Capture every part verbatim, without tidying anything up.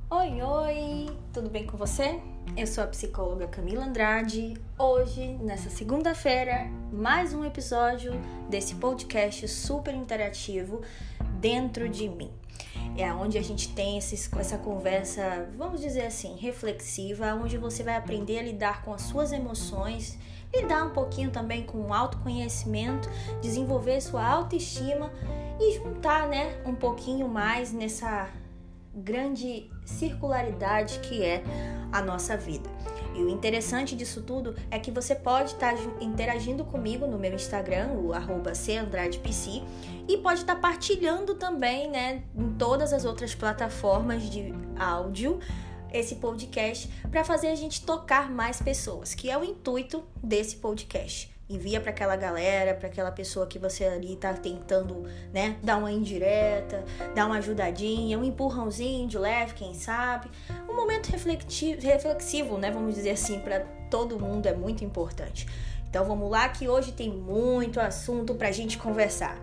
Oi, oi! Tudo bem com você? Eu sou a psicóloga Camila Andrade. Hoje, nessa segunda-feira, mais um episódio desse podcast super interativo Dentro de Mim. É onde a gente tem esses, essa conversa, vamos dizer assim, reflexiva, onde você vai aprender a lidar com as suas emoções, lidar um pouquinho também com o autoconhecimento, desenvolver sua autoestima e juntar, né, um pouquinho mais nessa grande circularidade que é a nossa vida. E o interessante disso tudo é que você pode estar interagindo comigo no meu Instagram, o arroba candradePC, e pode estar partilhando também, né, em todas as outras plataformas de áudio, esse podcast, para fazer a gente tocar mais pessoas, que é o intuito desse podcast. Envia para aquela galera, para aquela pessoa que você ali tá tentando, né, dar uma indireta, dar uma ajudadinha, um empurrãozinho de leve, quem sabe. Um momento reflexivo, né, vamos dizer assim, para todo mundo é muito importante. Então vamos lá que hoje tem muito assunto pra gente conversar.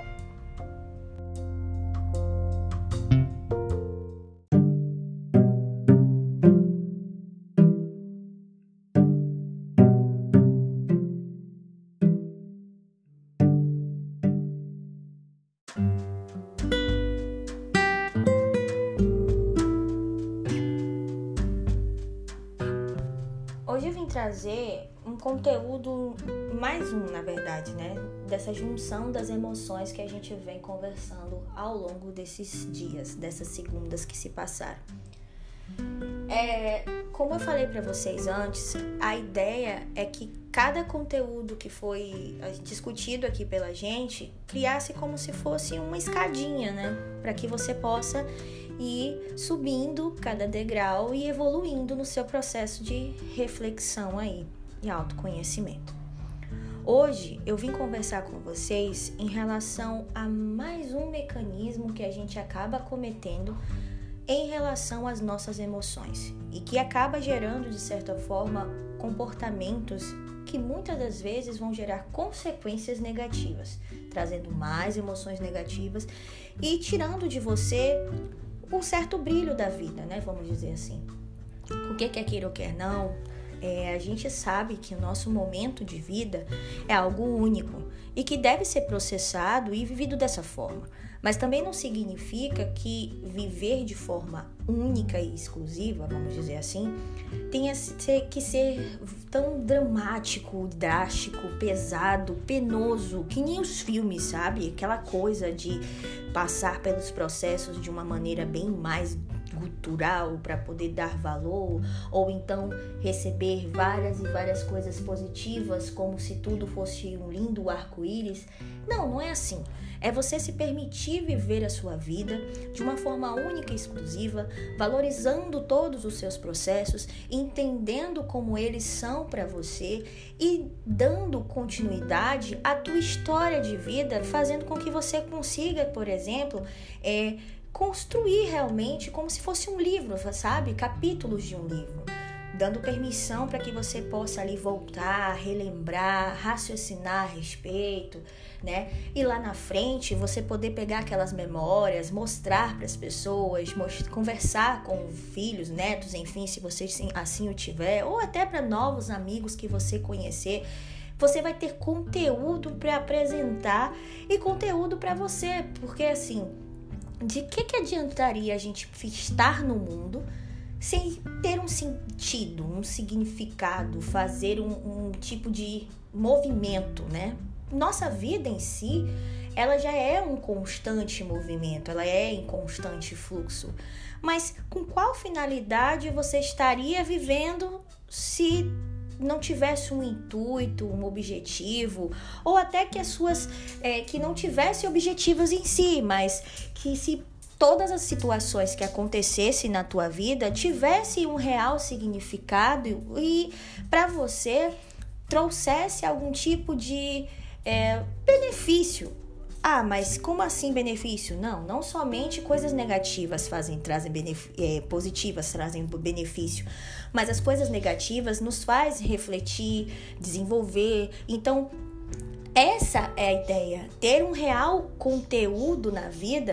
Hoje eu vim trazer um conteúdo, mais um na verdade, né? Dessa junção das emoções que a gente vem conversando ao longo desses dias, dessas segundas que se passaram. É, como eu falei para vocês antes, a ideia é que cada conteúdo que foi discutido aqui pela gente criasse como se fosse uma escadinha, né? Para que você possa ir subindo cada degrau e evoluindo no seu processo de reflexão aí e autoconhecimento. Hoje eu vim conversar com vocês em relação a mais um mecanismo que a gente acaba cometendo em relação às nossas emoções e que acaba gerando, de certa forma, comportamentos que muitas das vezes vão gerar consequências negativas, trazendo mais emoções negativas e tirando de você um certo brilho da vida, né? Vamos dizer assim. Porque quer queira ou quer não, é, a gente sabe que o nosso momento de vida é algo único e que deve ser processado e vivido dessa forma. Mas também não significa que viver de forma única e exclusiva, vamos dizer assim, tenha que ser tão dramático, drástico, pesado, penoso, que nem os filmes, sabe? Aquela coisa de passar pelos processos de uma maneira bem mais gutural para poder dar valor, ou então receber várias e várias coisas positivas como se tudo fosse um lindo arco-íris. Não, não é assim. É você se permitir viver a sua vida de uma forma única e exclusiva, valorizando todos os seus processos, entendendo como eles são para você e dando continuidade à tua história de vida, fazendo com que você consiga, por exemplo, é, construir realmente como se fosse um livro, sabe? Capítulos de um livro. Dando permissão para que você possa ali voltar, relembrar, raciocinar a respeito, né? E lá na frente você poder pegar aquelas memórias, mostrar para as pessoas, most- conversar com filhos, netos, enfim, se você assim o tiver, ou até para novos amigos que você conhecer. Você vai ter conteúdo para apresentar e conteúdo para você, porque assim, de que que adiantaria a gente estar no mundo sem ter um sentido, um significado, fazer um, um tipo de movimento, né? Nossa vida em si, ela já é um constante movimento, ela é em constante fluxo. Mas com qual finalidade você estaria vivendo se não tivesse um intuito, um objetivo, ou até que as suas, é, que não tivesse objetivos em si, mas que se todas as situações que acontecessem na tua vida tivesse um real significado e para você trouxesse algum tipo de é, benefício. Ah, mas como assim benefício? Não, não somente coisas negativas fazem, trazem benef- é, positivas trazem benefício, mas as coisas negativas nos fazem refletir, desenvolver. Então, essa é a ideia, ter um real conteúdo na vida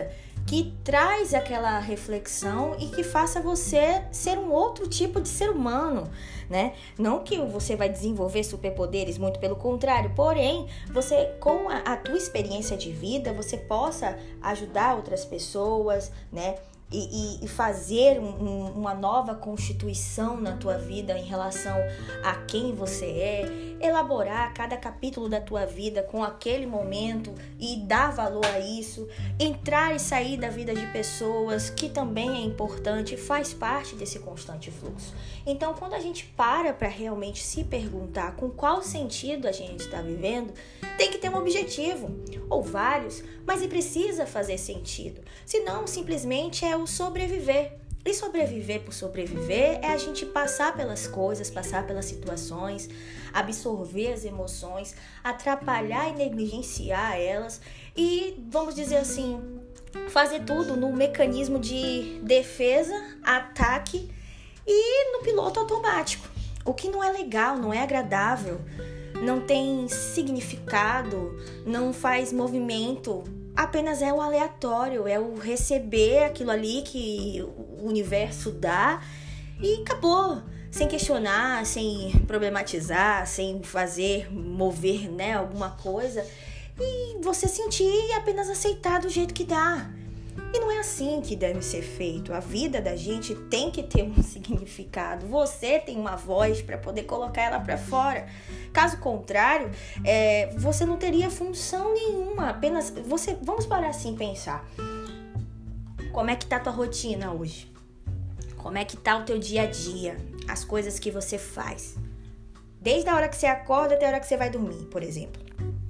que traz aquela reflexão e que faça você ser um outro tipo de ser humano, né? Não que você vai desenvolver superpoderes, muito pelo contrário, porém, você, com a, a tua experiência de vida, você possa ajudar outras pessoas, né? E, e, e fazer um, um, uma nova constituição na tua vida em relação a quem você é, elaborar cada capítulo da tua vida com aquele momento e dar valor a isso, entrar e sair da vida de pessoas, que também é importante, faz parte desse constante fluxo. Então, quando a gente para para realmente se perguntar com qual sentido a gente está vivendo, tem que ter um objetivo, ou vários, mas precisa fazer sentido. Senão, simplesmente é o sobreviver. E sobreviver por sobreviver é a gente passar pelas coisas, passar pelas situações, absorver as emoções, atrapalhar e negligenciar elas e, vamos dizer assim, fazer tudo no mecanismo de defesa, ataque e no piloto automático. O que não é legal, não é agradável, não tem significado, não faz movimento, apenas é o aleatório, é o receber aquilo ali que o universo dá e acabou, sem questionar, sem problematizar, sem fazer mover, né, alguma coisa, e você sentir e apenas aceitar do jeito que dá. E não é assim que deve ser feito. A vida da gente tem que ter um significado. Você tem uma voz para poder colocar ela para fora. Caso contrário, é, você não teria função nenhuma. Apenas você. Vamos parar assim e pensar. Como é que tá a tua rotina hoje? Como é que tá o teu dia a dia? As coisas que você faz. Desde a hora que você acorda até a hora que você vai dormir, por exemplo.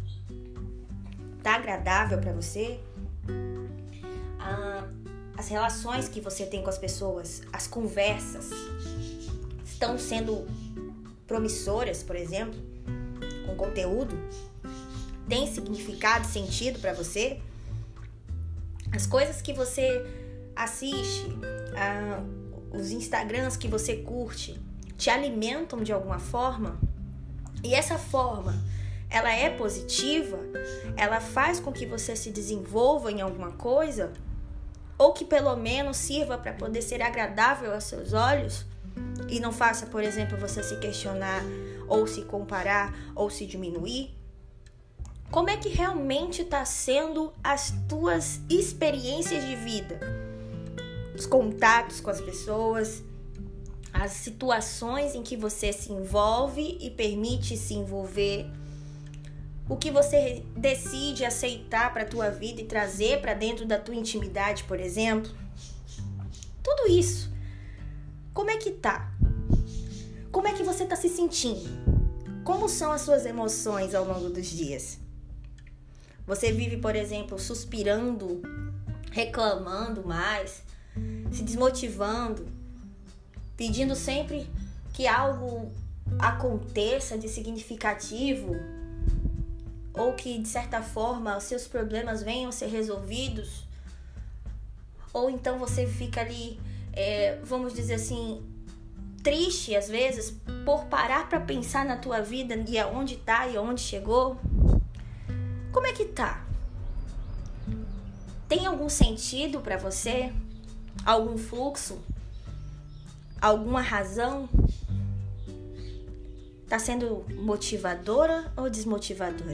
Tá agradável para você? As relações que você tem com as pessoas, as conversas estão sendo promissoras, por exemplo, com conteúdo? Tem significado, sentido para você? As coisas que você assiste, ah, os Instagrams que você curte, te alimentam de alguma forma? E essa forma, ela é positiva? Ela faz com que você se desenvolva em alguma coisa? Ou que pelo menos sirva para poder ser agradável aos seus olhos e não faça, por exemplo, você se questionar ou se comparar ou se diminuir? Como é que realmente está sendo as tuas experiências de vida? Os contatos com as pessoas, as situações em que você se envolve e permite se envolver, o que você decide aceitar para a tua vida e trazer para dentro da tua intimidade, por exemplo. Tudo isso. Como é que tá? Como é que você tá se sentindo? Como são as suas emoções ao longo dos dias? Você vive, por exemplo, suspirando, reclamando mais, se desmotivando, pedindo sempre que algo aconteça de significativo, ou que, de certa forma, os seus problemas venham a ser resolvidos? Ou então você fica ali, é, vamos dizer assim, triste, às vezes, por parar para pensar na tua vida e aonde tá e aonde chegou? Como é que tá? Tem algum sentido para você? Algum fluxo? Alguma razão? Tá sendo motivadora ou desmotivadora?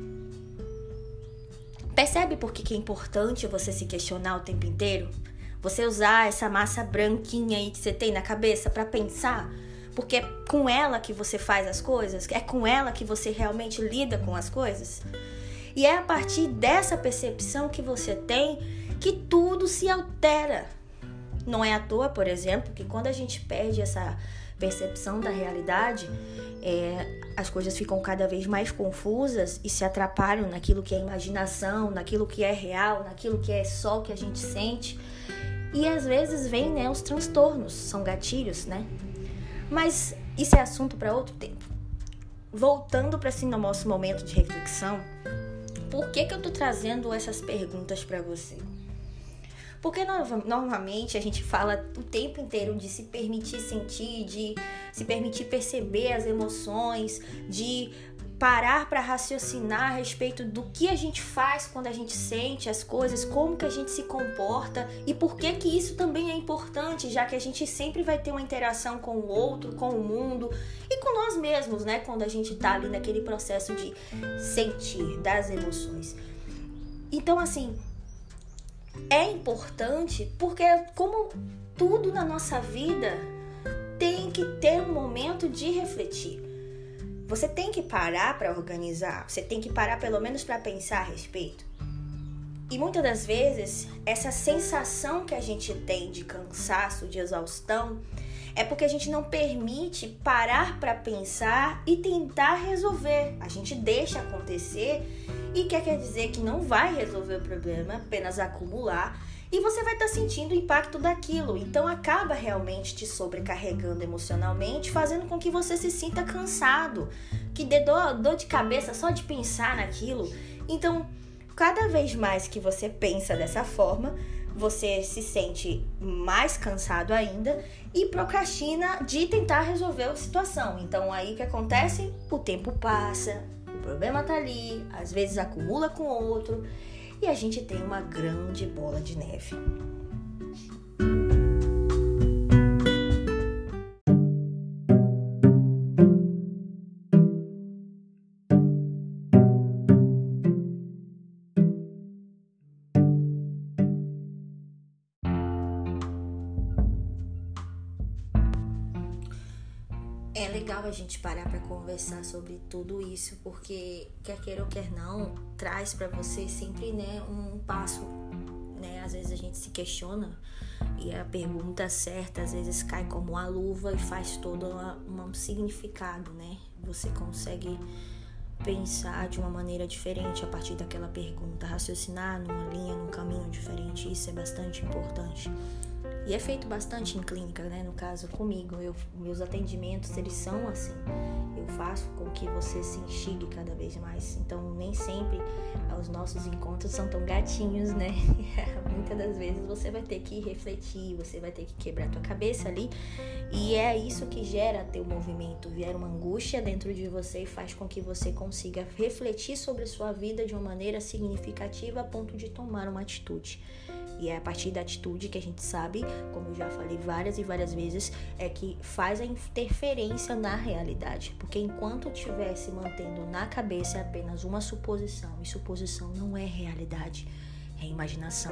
Percebe por que é importante você se questionar o tempo inteiro? Você usar essa massa branquinha aí que você tem na cabeça para pensar? Porque é com ela que você faz as coisas? É com ela que você realmente lida com as coisas? E é a partir dessa percepção que você tem que tudo se altera. Não é à toa, por exemplo, que quando a gente perde essa percepção da realidade, é, as coisas ficam cada vez mais confusas e se atrapalham naquilo que é imaginação, naquilo que é real, naquilo que é só o que a gente sente. E às vezes vem, né, os transtornos, são gatilhos, né? Mas isso é assunto para outro tempo. Voltando para assim, no nosso momento de reflexão, por que que eu tô trazendo essas perguntas para você? Porque normalmente a gente fala o tempo inteiro de se permitir sentir, de se permitir perceber as emoções, de parar para raciocinar a respeito do que a gente faz quando a gente sente as coisas, como que a gente se comporta e por que que isso também é importante, já que a gente sempre vai ter uma interação com o outro, com o mundo e com nós mesmos, né? Quando a gente tá ali naquele processo de sentir, das emoções. Então, assim, é importante porque, como tudo na nossa vida, tem que ter um momento de refletir. Você tem que parar para organizar, você tem que parar pelo menos para pensar a respeito. E muitas das vezes, essa sensação que a gente tem de cansaço, de exaustão, é porque a gente não permite parar para pensar e tentar resolver. A gente deixa acontecer e quer, quer dizer que não vai resolver o problema, apenas acumular. E você vai estar sentindo o impacto daquilo. Então acaba realmente te sobrecarregando emocionalmente, fazendo com que você se sinta cansado, que dê dor, dor de cabeça só de pensar naquilo. Então, cada vez mais que você pensa dessa forma, você se sente mais cansado ainda e procrastina de tentar resolver a situação. Então aí o que acontece? O tempo passa, o problema tá ali, às vezes acumula com outro, e a gente tem uma grande bola de neve. É legal a gente parar para conversar sobre tudo isso, porque quer queira ou quer não, traz para você sempre, né, um passo, né? Às vezes a gente se questiona e a pergunta certa às vezes cai como uma luva e faz todo uma, um significado, né? Você consegue pensar de uma maneira diferente a partir daquela pergunta, raciocinar numa linha, num caminho diferente. Isso é bastante importante. E é feito bastante em clínica, né? No caso, comigo, eu, meus atendimentos, eles são assim. Eu faço com que você se instigue cada vez mais. Então, nem sempre os nossos encontros são tão gatinhos, né? Muitas das vezes você vai ter que refletir, você vai ter que quebrar tua cabeça ali. E é isso que gera teu movimento. Gera uma angústia dentro de você e faz com que você consiga refletir sobre a sua vida de uma maneira significativa a ponto de tomar uma atitude. E é a partir da atitude que a gente sabe, como eu já falei várias e várias vezes, é que faz a interferência na realidade. Porque enquanto estiver se mantendo na cabeça é apenas uma suposição. E suposição não é realidade, é imaginação.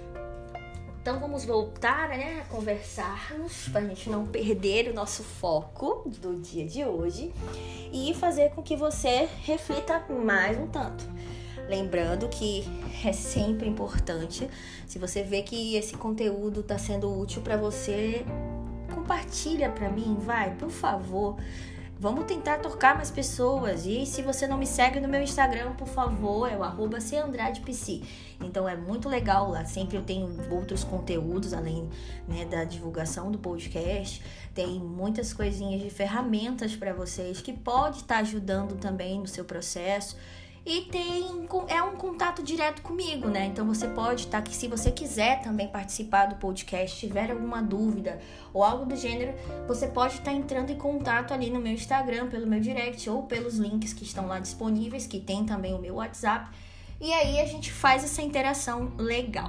Então vamos voltar, né, a conversarmos para a gente não perder o nosso foco do dia de hoje e fazer com que você reflita mais um tanto. Lembrando que é sempre importante, se você vê que esse conteúdo está sendo útil para você, compartilha para mim, vai, por favor. Vamos tentar tocar mais pessoas. E se você não me segue no meu Instagram, por favor, é o arroba ceandradepsi. Então é muito legal lá. Sempre eu tenho outros conteúdos, além, né, da divulgação do podcast. Tem muitas coisinhas de ferramentas para vocês que pode estar ajudando também no seu processo. E tem, é um contato direto comigo, né? Então você pode estar aqui, se você quiser também participar do podcast, tiver alguma dúvida ou algo do gênero, você pode estar entrando em contato ali no meu Instagram, pelo meu direct ou pelos links que estão lá disponíveis, que tem também o meu WhatsApp. E aí a gente faz essa interação legal.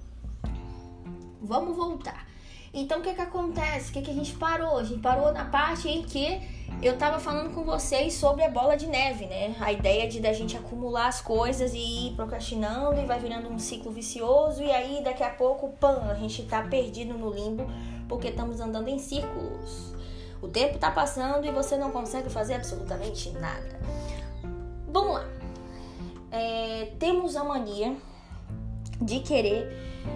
Vamos voltar. Então o que que acontece? O que que a gente parou? A gente parou na parte em que eu tava falando com vocês sobre a bola de neve, né? A ideia de da gente acumular as coisas e ir procrastinando e vai virando um ciclo vicioso e aí daqui a pouco, pam, a gente tá perdido no limbo porque estamos andando em círculos. O tempo tá passando e você não consegue fazer absolutamente nada. Vamos lá. É, temos a mania de querer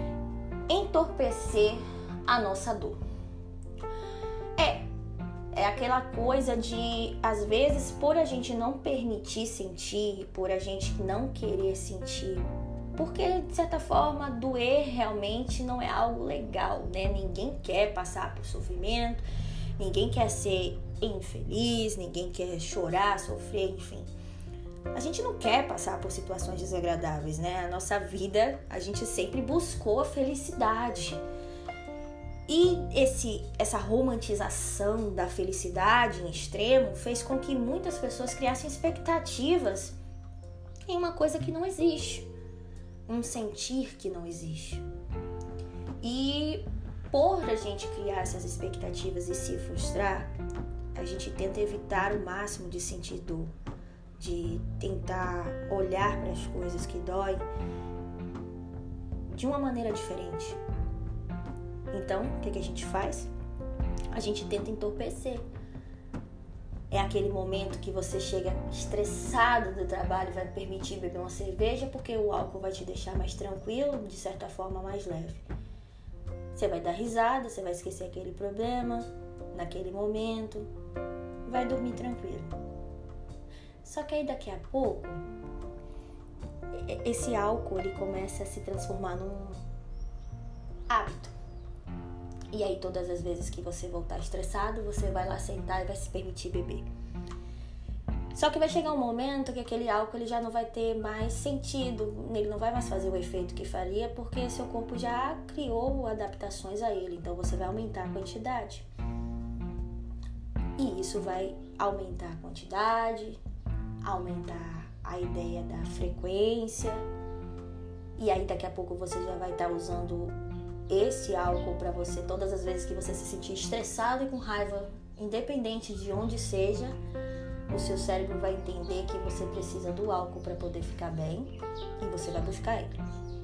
entorpecer a nossa dor. É, é aquela coisa de, às vezes, por a gente não permitir sentir, por a gente não querer sentir, porque, de certa forma, doer realmente não é algo legal, né? Ninguém quer passar por sofrimento, ninguém quer ser infeliz, ninguém quer chorar, sofrer, enfim. A gente não quer passar por situações desagradáveis, né? A nossa vida, a gente sempre buscou a felicidade. E esse, essa romantização da felicidade em extremo fez com que muitas pessoas criassem expectativas em uma coisa que não existe, um sentir que não existe. E por a gente criar essas expectativas e se frustrar, a gente tenta evitar o máximo de sentir dor, de tentar olhar para as coisas que doem de uma maneira diferente. Então, o que, que a gente faz? A gente tenta entorpecer. É aquele momento que você chega estressado do trabalho e vai permitir beber uma cerveja porque o álcool vai te deixar mais tranquilo, de certa forma mais leve. Você vai dar risada, você vai esquecer aquele problema naquele momento, vai dormir tranquilo. Só que aí daqui a pouco, esse álcool ele começa a se transformar num hábito. E aí todas as vezes que você voltar estressado, você vai lá sentar e vai se permitir beber. Só que vai chegar um momento que aquele álcool ele já não vai ter mais sentido, ele não vai mais fazer o efeito que faria, porque seu corpo já criou adaptações a ele, então você vai aumentar a quantidade. E isso vai aumentar a quantidade, aumentar a ideia da frequência, e aí daqui a pouco você já vai estar usando esse álcool para você todas as vezes que você se sentir estressado e com raiva, independente de onde seja, o seu cérebro vai entender que você precisa do álcool para poder ficar bem e você vai buscar ele.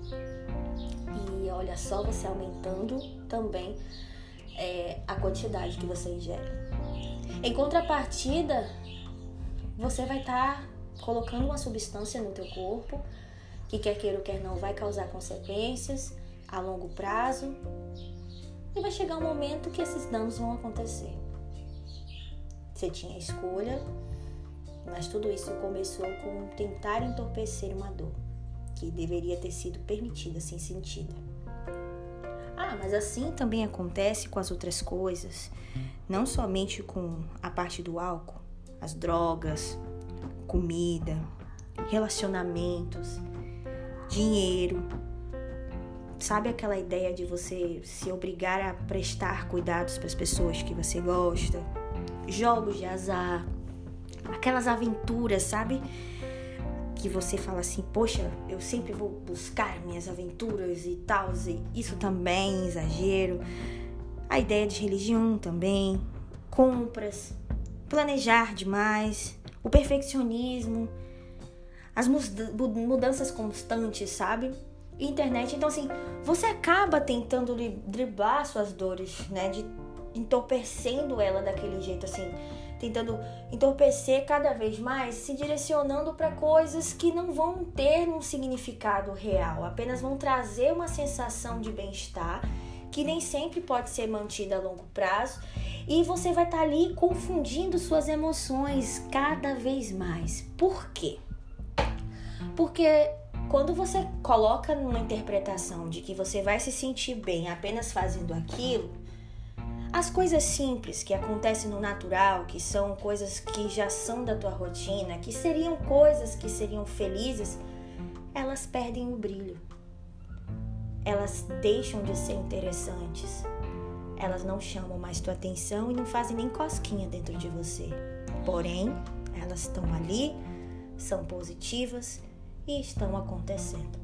E olha só, você aumentando também é, a quantidade que você ingere. Em contrapartida, você vai estar tá colocando uma substância no teu corpo que quer queira ou quer não vai causar consequências a longo prazo, e vai chegar um momento que esses danos vão acontecer. Você tinha escolha, mas tudo isso começou com tentar entorpecer uma dor que deveria ter sido permitida, sem sentido. Ah, mas assim também acontece com as outras coisas, não somente com a parte do álcool, as drogas, comida, relacionamentos, dinheiro. Sabe aquela ideia de você se obrigar a prestar cuidados para as pessoas que você gosta? Jogos de azar, aquelas aventuras, sabe? Que você fala assim, poxa, eu sempre vou buscar minhas aventuras e tal, e isso também é exagero. A ideia de religião também, compras, planejar demais, o perfeccionismo, as mudanças constantes, sabe? Internet, então assim, você acaba tentando driblar suas dores, né, de entorpecendo ela daquele jeito assim, tentando entorpecer cada vez mais, se direcionando para coisas que não vão ter um significado real, apenas vão trazer uma sensação de bem-estar que nem sempre pode ser mantida a longo prazo, e você vai estar ali confundindo suas emoções cada vez mais. Por quê? Porque quando você coloca numa interpretação de que você vai se sentir bem apenas fazendo aquilo, as coisas simples que acontecem no natural, que são coisas que já são da tua rotina, que seriam coisas que seriam felizes, elas perdem o brilho. Elas deixam de ser interessantes. Elas não chamam mais tua atenção e não fazem nem cosquinha dentro de você. Porém, elas estão ali, são positivas e estão acontecendo.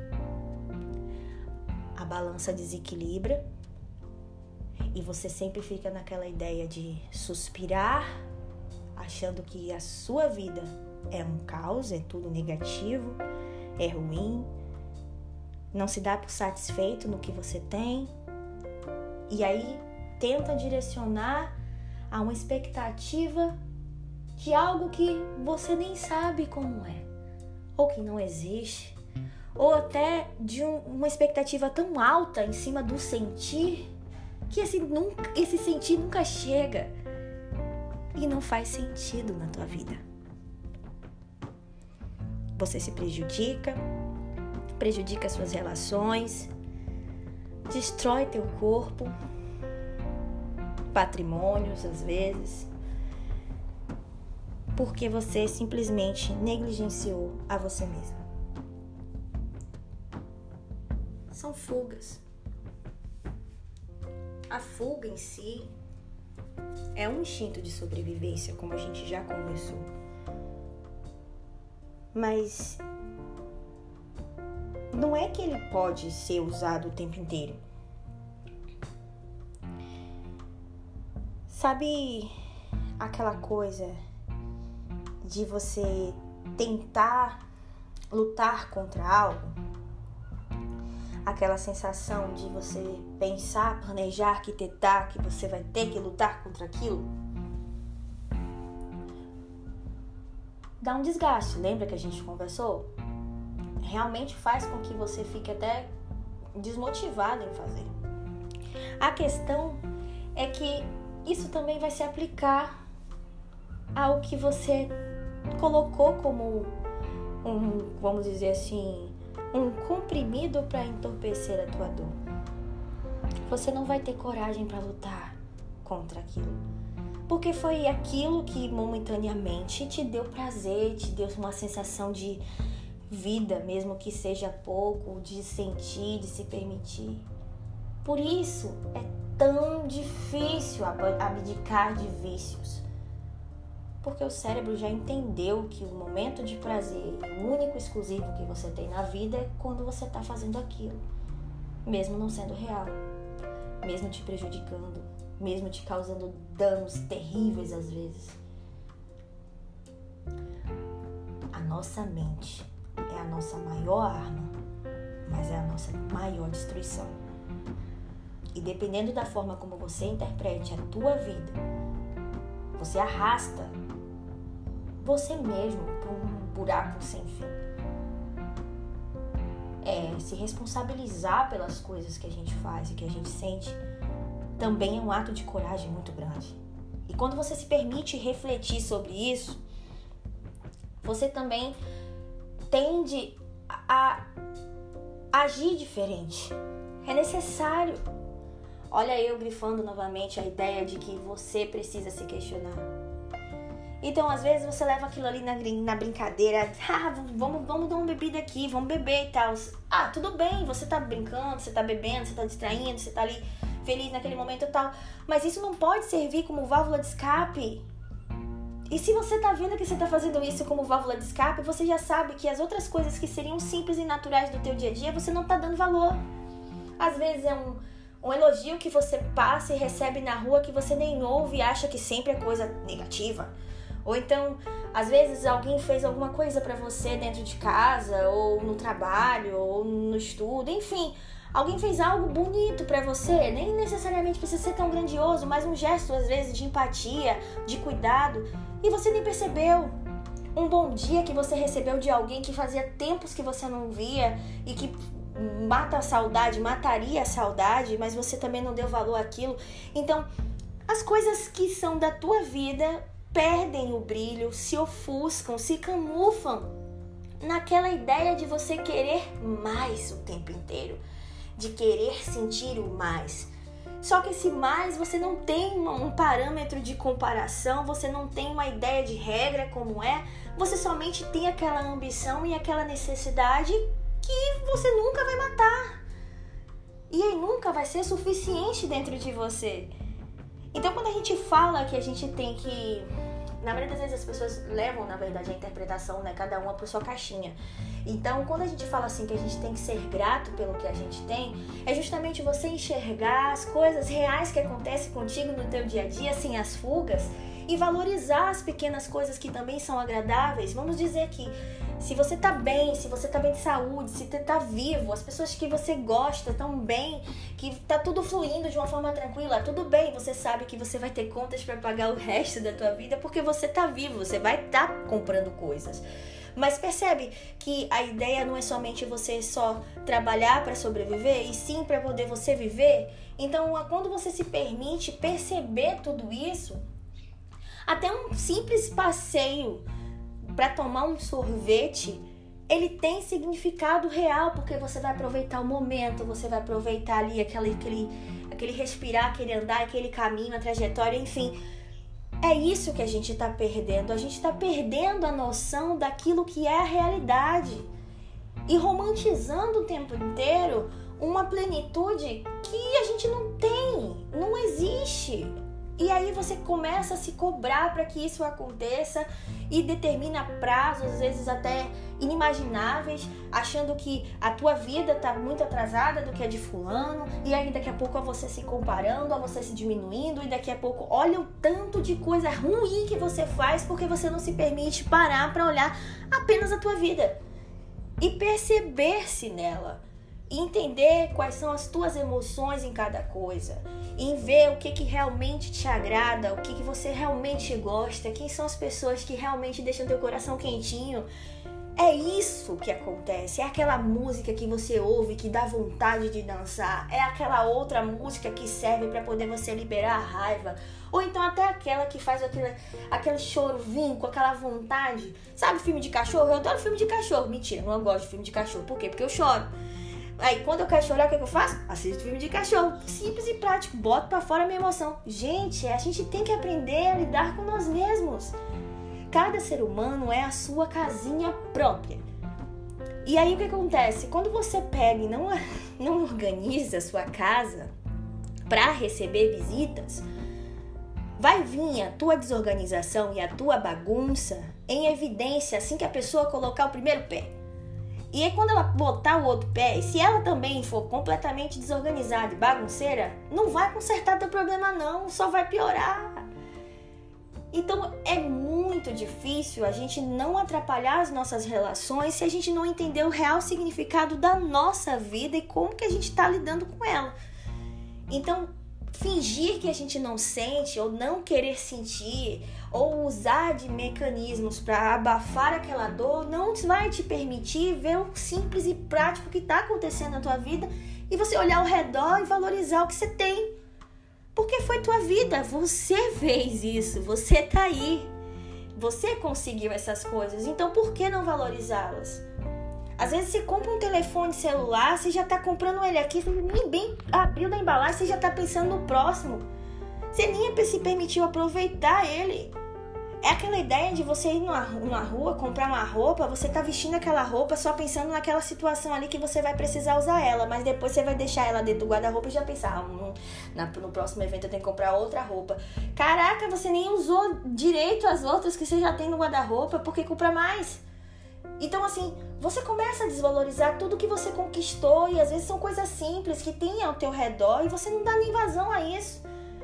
A balança desequilibra e você sempre fica naquela ideia de suspirar, achando que a sua vida é um caos, é tudo negativo, é ruim, não se dá por satisfeito no que você tem, e aí tenta direcionar a uma expectativa de algo que você nem sabe como é, ou que não existe, ou até de um, uma expectativa tão alta em cima do sentir, que esse, nunca, esse sentir nunca chega e não faz sentido na tua vida. Você se prejudica, prejudica suas relações, destrói teu corpo, patrimônios às vezes, porque você simplesmente negligenciou a você mesmo. São fugas. a fuga em si é um instinto de sobrevivência, como a gente já conversou. Mas não é que ele pode ser usado o tempo inteiro. Sabe aquela coisa de você tentar lutar contra algo? Aquela sensação de você pensar, planejar, arquitetar que você vai ter que lutar contra aquilo? Dá um desgaste, lembra que a gente conversou? Realmente faz com que você fique até desmotivado em fazer. A questão é que isso também vai se aplicar ao que você colocou como um, vamos dizer assim, um comprimido para entorpecer a tua dor. Você não vai ter coragem para lutar contra aquilo, porque foi aquilo que momentaneamente te deu prazer, te deu uma sensação de vida, mesmo que seja pouco, de sentir, de se permitir. Por isso é tão difícil abdicar de vícios, porque o cérebro já entendeu que o momento de prazer, o único exclusivo que você tem na vida é quando você está fazendo aquilo, mesmo não sendo real, mesmo te prejudicando, mesmo te causando danos terríveis às vezes. A nossa mente é a nossa maior arma, mas é a nossa maior destruição. E dependendo da forma como você interprete a tua vida, você arrasta você mesmo para um buraco sem fim. É, se responsabilizar pelas coisas que a gente faz e que a gente sente também é um ato de coragem muito grande. E quando você se permite refletir sobre isso, você também tende a agir diferente. É necessário. Olha eu grifando novamente a ideia de que você precisa se questionar. Então, às vezes, você leva aquilo ali na, na brincadeira. Ah, vamos, vamos dar uma bebida aqui, vamos beber e tal. Ah, tudo bem, você tá brincando, você tá bebendo, você tá distraindo, você tá ali feliz naquele momento e tal. Mas isso não pode servir como válvula de escape. E se você tá vendo que você tá fazendo isso como válvula de escape, você já sabe que as outras coisas que seriam simples e naturais do teu dia a dia, você não tá dando valor. Às vezes é um, um elogio que você passa e recebe na rua que você nem ouve e acha que sempre é coisa negativa. Ou então, às vezes alguém fez alguma coisa pra você dentro de casa, ou no trabalho, ou no estudo, enfim. Alguém fez algo bonito pra você, nem necessariamente precisa ser tão grandioso, mas um gesto, às vezes, de empatia, de cuidado, e você nem percebeu. Um bom dia que você recebeu de alguém que fazia tempos que você não via e que mata a saudade, mataria a saudade, mas você também não deu valor àquilo. Então, as coisas que são da tua vida perdem o brilho, se ofuscam, se camuflam naquela ideia de você querer mais o tempo inteiro, de querer sentir o mais. Só que esse mais, você não tem um parâmetro de comparação, você não tem uma ideia de regra como é, você somente tem aquela ambição e aquela necessidade que você nunca vai matar. E aí nunca vai ser suficiente dentro de você. Então, quando a gente fala que a gente tem que... Na maioria das vezes as pessoas levam, na verdade, a interpretação, né? Cada uma por sua caixinha. Então, quando a gente fala assim que a gente tem que ser grato pelo que a gente tem, é justamente você enxergar as coisas reais que acontecem contigo no teu dia a dia, assim, as fugas, e valorizar as pequenas coisas que também são agradáveis. Vamos dizer que se você tá bem, se você tá bem de saúde, se você tá vivo, as pessoas que você gosta tão bem, que tá tudo fluindo de uma forma tranquila, tudo bem, você sabe que você vai ter contas para pagar o resto da tua vida porque você tá vivo, você vai estar tá comprando coisas. Mas percebe que a ideia não é somente você só trabalhar para sobreviver, e sim para poder você viver? Então, quando você se permite perceber tudo isso, até um simples passeio para tomar um sorvete, ele tem significado real, porque você vai aproveitar o momento, você vai aproveitar ali aquele, aquele, aquele respirar, aquele andar, aquele caminho, a trajetória, enfim. É isso que a gente está perdendo. A gente está perdendo a noção daquilo que é a realidade e romantizando o tempo inteiro uma plenitude que a gente não tem, não existe. E aí você começa a se cobrar para que isso aconteça e determina prazos, às vezes até inimagináveis, achando que a tua vida está muito atrasada do que a de fulano, e aí daqui a pouco é você se comparando, é você se diminuindo, e daqui a pouco olha o tanto de coisa ruim que você faz porque você não se permite parar para olhar apenas a tua vida e perceber-se nela. E entender quais são as tuas emoções em cada coisa, em ver o que, que realmente te agrada, o que, que você realmente gosta, quem são as pessoas que realmente deixam teu coração quentinho. É isso que acontece, é aquela música que você ouve que dá vontade de dançar, é aquela outra música que serve para poder você liberar a raiva, ou então até aquela que faz aquele, aquele choro vir com aquela vontade. Sabe filme de cachorro? Eu adoro filme de cachorro. Mentira, eu não gosto de filme de cachorro. Por quê? Porque eu choro. Aí quando eu quero chorar, o que, é que eu faço? Assisto filme de cachorro. Simples e prático, boto pra fora a minha emoção. Gente, a gente tem que aprender a lidar com nós mesmos. Cada ser humano é a sua casinha própria. E aí o que acontece? Quando você pega e não, não organiza a sua casa pra receber visitas, vai vir a tua desorganização e a tua bagunça em evidência assim que a pessoa colocar o primeiro pé. E aí quando ela botar o outro pé, se ela também for completamente desorganizada e bagunceira, não vai consertar teu problema não, só vai piorar. Então é muito difícil a gente não atrapalhar as nossas relações se a gente não entender o real significado da nossa vida e como que a gente está lidando com ela. Então, fingir que a gente não sente ou não querer sentir ou usar de mecanismos para abafar aquela dor não vai te permitir ver o simples e prático que está acontecendo na tua vida e você olhar ao redor e valorizar o que você tem. Porque foi tua vida, você fez isso, você tá aí, você conseguiu essas coisas, então por que não valorizá-las? Às vezes você compra um telefone celular, você já tá comprando ele aqui, você nem bem abriu da embalagem, você já tá pensando no próximo. Você nem se permitiu aproveitar ele. É aquela ideia de você ir numa, numa rua, comprar uma roupa, você tá vestindo aquela roupa só pensando naquela situação ali que você vai precisar usar ela, mas depois você vai deixar ela dentro do guarda-roupa e já pensar, ah, no, na, no próximo evento eu tenho que comprar outra roupa. Caraca, você nem usou direito as outras que você já tem no guarda-roupa, por que comprar mais? Então assim, você começa a desvalorizar tudo que você conquistou e às vezes são coisas simples que tem ao teu redor e você não dá nem vazão a isso.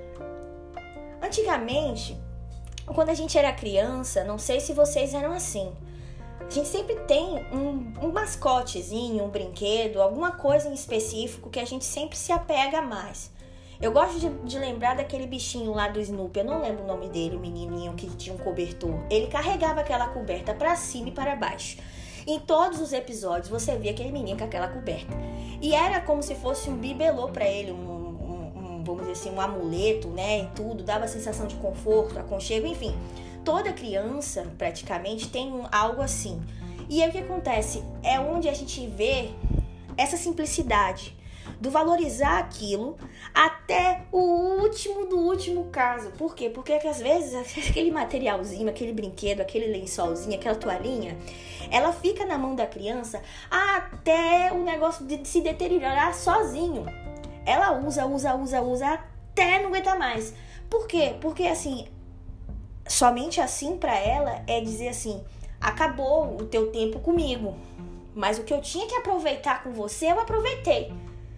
Antigamente, quando a gente era criança, não sei se vocês eram assim, a gente sempre tem um, um mascotezinho, um brinquedo, alguma coisa em específico que a gente sempre se apega mais. Eu gosto de, de lembrar daquele bichinho lá do Snoopy, eu não lembro o nome dele, o menininho que tinha um cobertor. Ele carregava aquela coberta para cima e para baixo. Em todos os episódios você via aquele menino com aquela coberta. E era como se fosse um bibelô para ele, um, um, um, vamos dizer assim, um amuleto, né? E tudo, dava a sensação de conforto, aconchego, enfim. Toda criança, praticamente, tem um, algo assim. E aí o que acontece? É onde a gente vê essa simplicidade do valorizar aquilo até o último do último caso. Por quê? Porque às vezes aquele materialzinho, aquele brinquedo, aquele lençolzinho, aquela toalhinha, ela fica na mão da criança até o negócio de se deteriorar sozinho. Ela usa, usa, usa, usa até não aguentar mais. Por quê? Porque assim, somente assim pra ela é dizer assim, acabou o teu tempo comigo, mas o que eu tinha que aproveitar com você, eu aproveitei.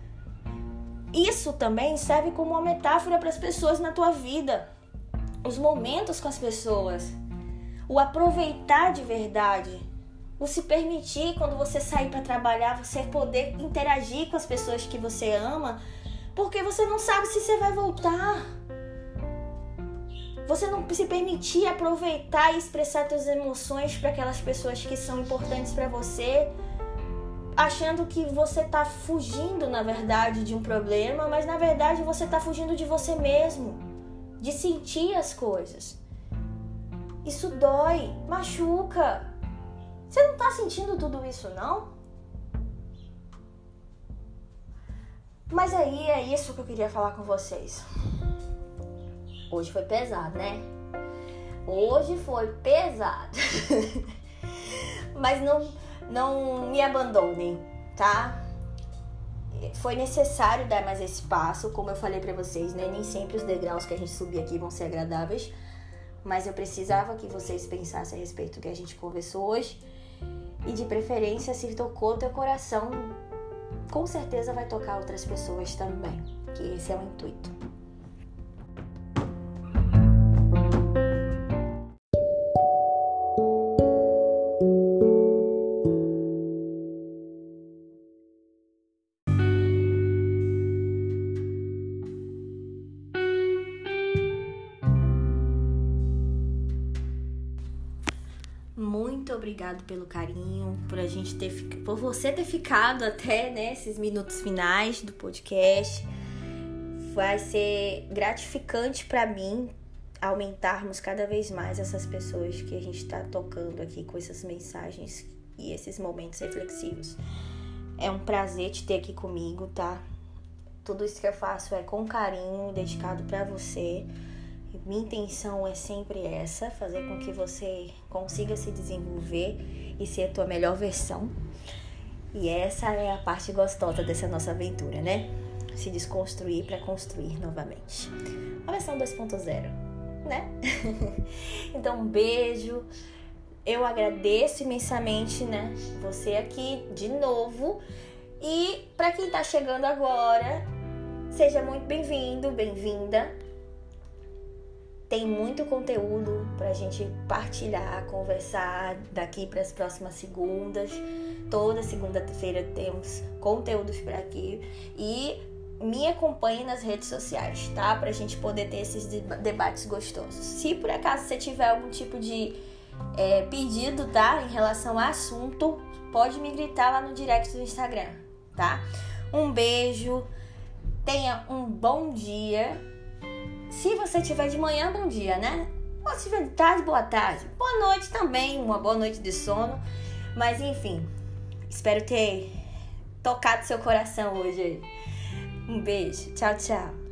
Isso também serve como uma metáfora para as pessoas na tua vida. Os momentos com as pessoas. O aproveitar de verdade. O se permitir quando você sair para trabalhar, você poder interagir com as pessoas que você ama, porque você não sabe se você vai voltar. Você não se permitir aproveitar e expressar suas emoções para aquelas pessoas que são importantes para você, achando que você tá fugindo, na verdade, de um problema, mas na verdade você tá fugindo de você mesmo, de sentir as coisas. Isso dói, machuca. Você não tá sentindo tudo isso, não? Mas aí é isso que eu queria falar com vocês. Hoje foi pesado, né? Hoje foi pesado. Mas não... Não me abandonem, tá? foi necessário dar mais esse passo, como eu falei pra vocês, né? Nem sempre os degraus que a gente subir aqui vão ser agradáveis, mas eu precisava que vocês pensassem a respeito do que a gente conversou hoje. E de preferência, se tocou teu coração, com certeza vai tocar outras pessoas também, que esse é o intuito. Muito obrigado pelo carinho, por a gente ter por você ter ficado até, né, esses minutos finais do podcast. Vai ser gratificante para mim aumentarmos cada vez mais essas pessoas que a gente está tocando aqui com essas mensagens e esses momentos reflexivos. É um prazer te ter aqui comigo, tá? Tudo isso que eu faço é com carinho, dedicado para você. Minha intenção é sempre essa, fazer com que você consiga se desenvolver e ser a tua melhor versão. E essa é a parte gostosa dessa nossa aventura, né? Se desconstruir para construir novamente. A versão dois ponto zero, né? Então, um beijo. Eu agradeço imensamente, né? Você aqui de novo. E para quem tá chegando agora, seja muito bem-vindo, bem-vinda. Tem muito conteúdo pra gente partilhar, conversar daqui para as próximas segundas. Toda segunda-feira temos conteúdos por aqui. E me acompanhe nas redes sociais, tá? Pra gente poder ter esses debates gostosos. Se por acaso você tiver algum tipo de é, pedido, tá? Em relação ao assunto, pode me gritar lá no direct do Instagram, tá? Um beijo. Tenha um bom dia. Se você tiver de manhã, bom dia, né? Ou se tiver de tarde, boa tarde. Boa noite também, uma boa noite de sono. Mas enfim, espero ter tocado seu coração hoje. Um beijo, tchau, tchau.